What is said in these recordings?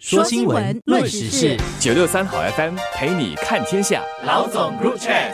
说新闻，论时事 963好 FM 陪你看天下。 老总 Group Chat。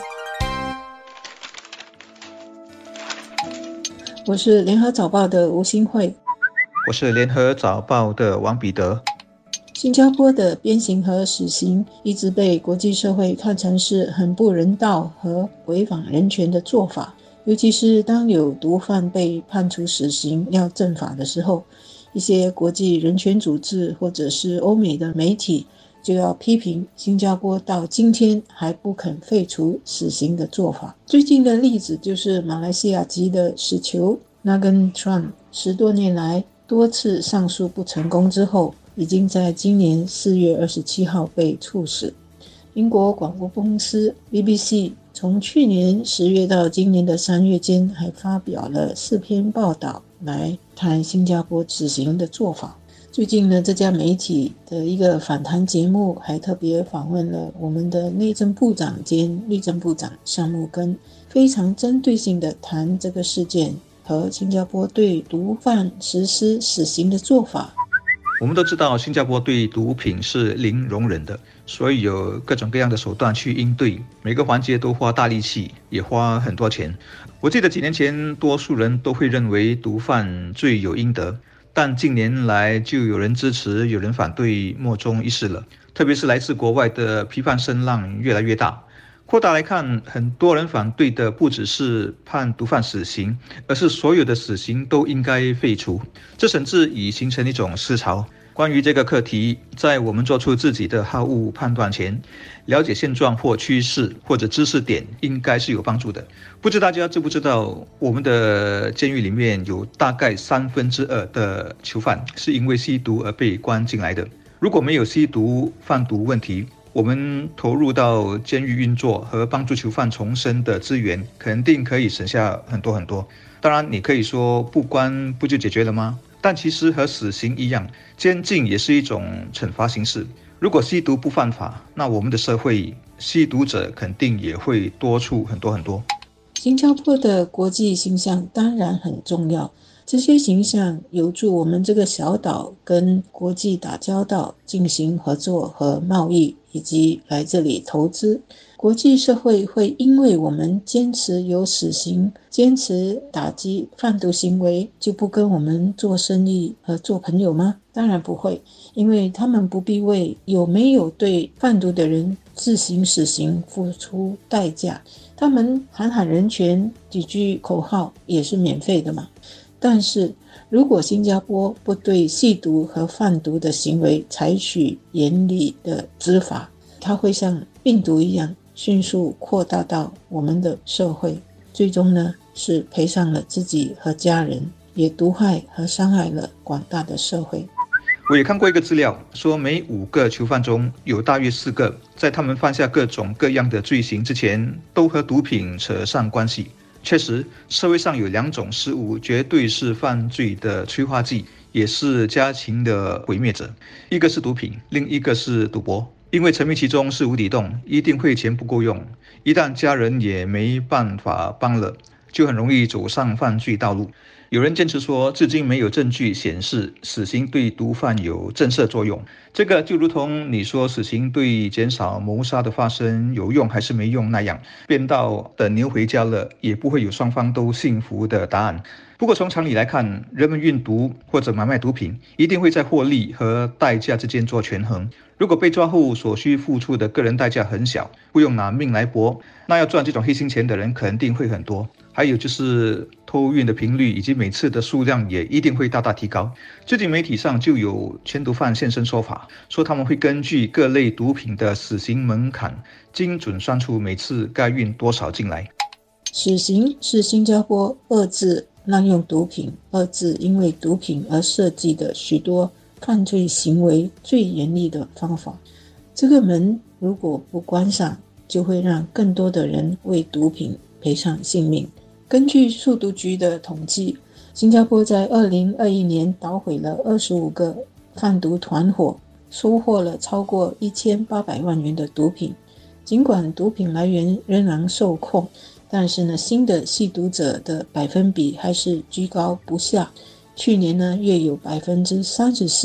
我是联合早报的吴新慧， 我是联合早报的王彼得。 新加坡的鞭刑和死刑一直被国际社会看成是很不人道和违反人权的做法，尤其是当有毒贩被判处死刑要正法的时候，一些国际人权组织或者是欧美的媒体就要批评新加坡到今天还不肯废除死刑的做法。最近的例子就是马来西亚籍的死囚 Nagin Tran 10多年来多次上诉不成功之后，已经在今年4月27号被处死。英国广播公司 BBC 从去年10月到今年的3月间还发表了4篇报道来谈新加坡死刑的做法。最近呢，这家媒体的一个访谈节目还特别访问了我们的内政部长兼律政部长项目根，非常针对性的谈这个事件和新加坡对毒贩实施死刑的做法。 我们都知道新加坡对毒品是零容忍的，所以有各种各样的手段去应对，每个环节都花大力气，也花很多钱。我记得几年前多数人都会认为毒贩罪有应得，但近年来就有人支持有人反对，莫衷一是了。特别是来自国外的批判声浪越来越大。扩大来看，很多人反对的不只是判毒贩死刑，而是所有的死刑都应该废除。这甚至已形成一种思潮。关于这个课题，在我们做出自己的好恶判断前，了解现状或趋势或者知识点应该是有帮助的。不知大家知不知道，我们的监狱里面有大概2/3的囚犯是因为吸毒而被关进来的。如果没有吸毒贩毒问题，我们投入到监狱运作和帮助囚犯重生的资源肯定可以省下很多很多。当然你可以说不关不就解决了吗？但其实和死刑一样，监禁也是一种惩罚形式。如果吸毒不犯法，那我们的社会吸毒者肯定也会多出很多很多。 新加坡的国际形象当然很重要，这些形象有助我们这个小岛跟国际打交道，进行合作和贸易，以及来这里投资。国际社会会因为我们坚持有死刑，坚持打击贩毒行为，就不跟我们做生意和做朋友吗？当然不会，因为他们不必为有没有对贩毒的人自行死刑付出代价，他们喊喊人权，几句口号也是免费的嘛。但是如果新加坡不对吸毒和贩毒的行为采取严厉的执法，它会像病毒一样迅速扩大到我们的社会，最终呢是赔上了自己和家人，也毒害和伤害了广大的社会。 我也看过一个资料，说每5个囚犯中有大约4个，在他们犯下各种各样的罪行之前，都和毒品扯上关系。确实，社会上有2种事物绝对是犯罪的催化剂，也是家庭的毁灭者。一个是毒品，另一个是赌博。因为沉迷其中是无底洞，一定会钱不够用，一旦家人也没办法帮了，就很容易走上犯罪道路。有人坚持说，至今没有证据显示死刑对毒贩有震慑作用。这个就如同你说死刑对减少谋杀的发生有用还是没用那样，变到等牛回家了，也不会有双方都幸福的答案。不过从常理来看，人们运毒或者买卖毒品，一定会在获利和代价之间做权衡。如果被抓后所需付出的个人代价很小，不用拿命来搏，那要赚这种黑心钱的人肯定会很多。还有就是偷运的频率以及每次的数量也一定会大大提高。最近媒体上就有全毒贩现身说法，说他们会根据各类毒品的死刑门槛，精准算出每次该运多少进来。 死刑是新加坡遏制滥用毒品，遏制因为毒品而设计的许多犯罪行为最严厉的方法。这个门如果不关上，就会让更多的人为毒品赔上性命。根据速毒局的统计，新加坡在2021年捣毁了25个贩毒团伙，收获了超过1800万元的毒品。尽管毒品来源仍然受控，但是呢，新的吸毒者的百分比还是居高不下。去年呢，约有34%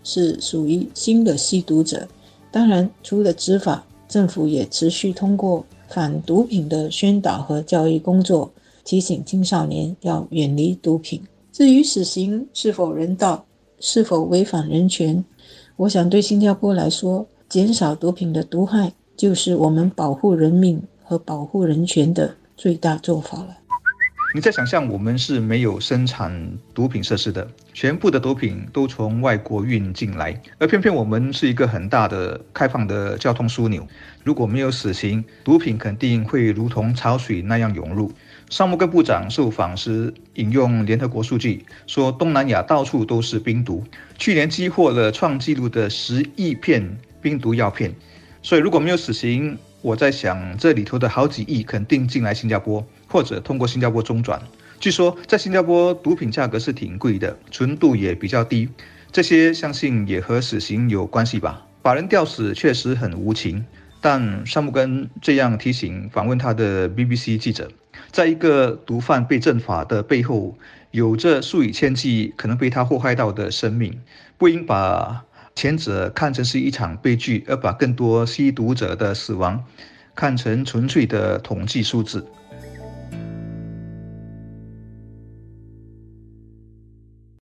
是属于新的吸毒者。当然，除了执法，政府也持续通过反毒品的宣导和教育工作，提醒青少年要远离毒品。至于死刑是否人道，是否违反人权，我想对新加坡来说，减少毒品的毒害就是我们保护人命和保护人权的最大做法了。 你在想象我们是没有生产毒品设施的，全部的毒品都从外国运进来，而偏偏我们是一个很大的开放的交通枢纽。如果没有死刑，毒品肯定会如同潮水那样涌入。沙木根部长受访时引用联合国数据，说东南亚到处都是冰毒，去年击获了创纪录的10亿片冰毒药片。所以如果没有死刑，我在想这里头的好几亿肯定进来新加坡，或者通过新加坡中转。据说在新加坡毒品价格是挺贵的，纯度也比较低，这些相信也和死刑有关系吧。把人吊死确实很无情，但沙木根这样提醒访问他的 BBC 记者，在一个毒贩被正法的背后，有着数以千计可能被他祸害到的生命，不应把前者看成是一场悲剧，而把更多吸毒者的死亡看成纯粹的统计数字。